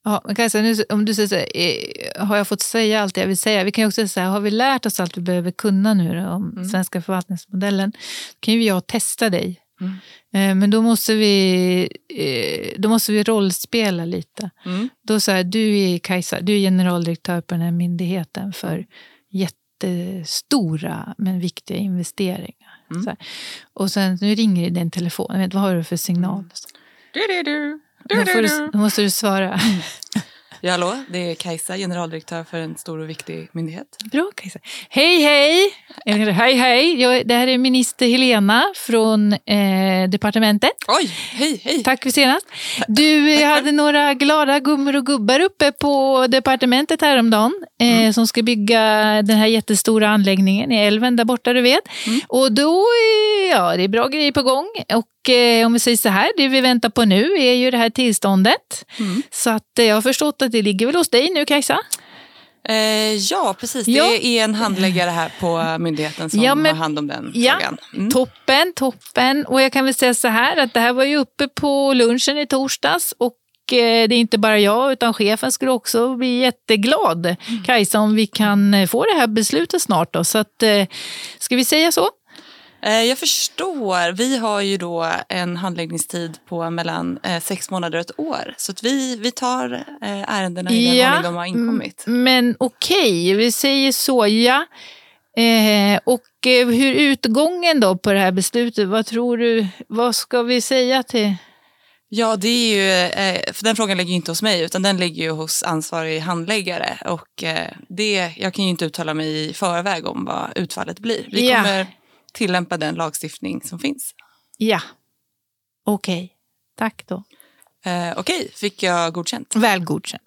Ja, men Kajsa, nu, om du säger så här, har jag fått säga allt jag vill säga? Vi kan ju också säga, har vi lärt oss allt vi behöver kunna nu då, om svenska förvaltningsmodellen? Då kan ju jag testa dig. Men då måste vi rollspela lite. Då så här, du är Kajsa, du är generaldirektör på den här myndigheten för jättestora men viktiga investeringar. Så här. Och sen nu ringer det en telefon. Jag vet, vad har du för signal? Då måste du svara. Ja, hallå, det är Kajsa, generaldirektör för en stor och viktig myndighet. Bra, Kajsa. Hej, hej! Det här är minister Helena från departementet. Oj, hej! Tack för senast. Du hade några glada gummor och gubbar uppe på departementet häromdagen som ska bygga den här jättestora anläggningen i älven där borta, du vet. Och då, det är bra grejer på gång. Och om vi säger så här, det vi väntar på nu är ju det här tillståndet. Så att jag har förstått att det ligger väl hos dig nu, Kajsa? Ja, precis. Det är en handläggare här på myndigheten som har hand om den frågan. Toppen. Och jag kan väl säga så här att det här var ju uppe på lunchen i torsdags och det är inte bara jag utan chefen skulle också bli jätteglad, Kajsa, om vi kan få det här beslutet snart då. Så att, ska vi säga så? Jag förstår. Vi har ju då en handläggningstid på mellan 6 månader och 1 år. Så att vi tar ärendena i den ordning de har inkommit. Men okej, vi säger så, och hur utgången då på det här beslutet? Vad tror du? Vad ska vi säga till? Ja, det är ju, för den frågan ligger ju inte hos mig utan den ligger ju hos ansvarig handläggare. Och jag kan ju inte uttala mig i förväg om vad utfallet blir. Vi kommer tillämpa den lagstiftning som finns. Ja. Okej. Tack då. Okej, fick jag godkänt? Väl godkänt.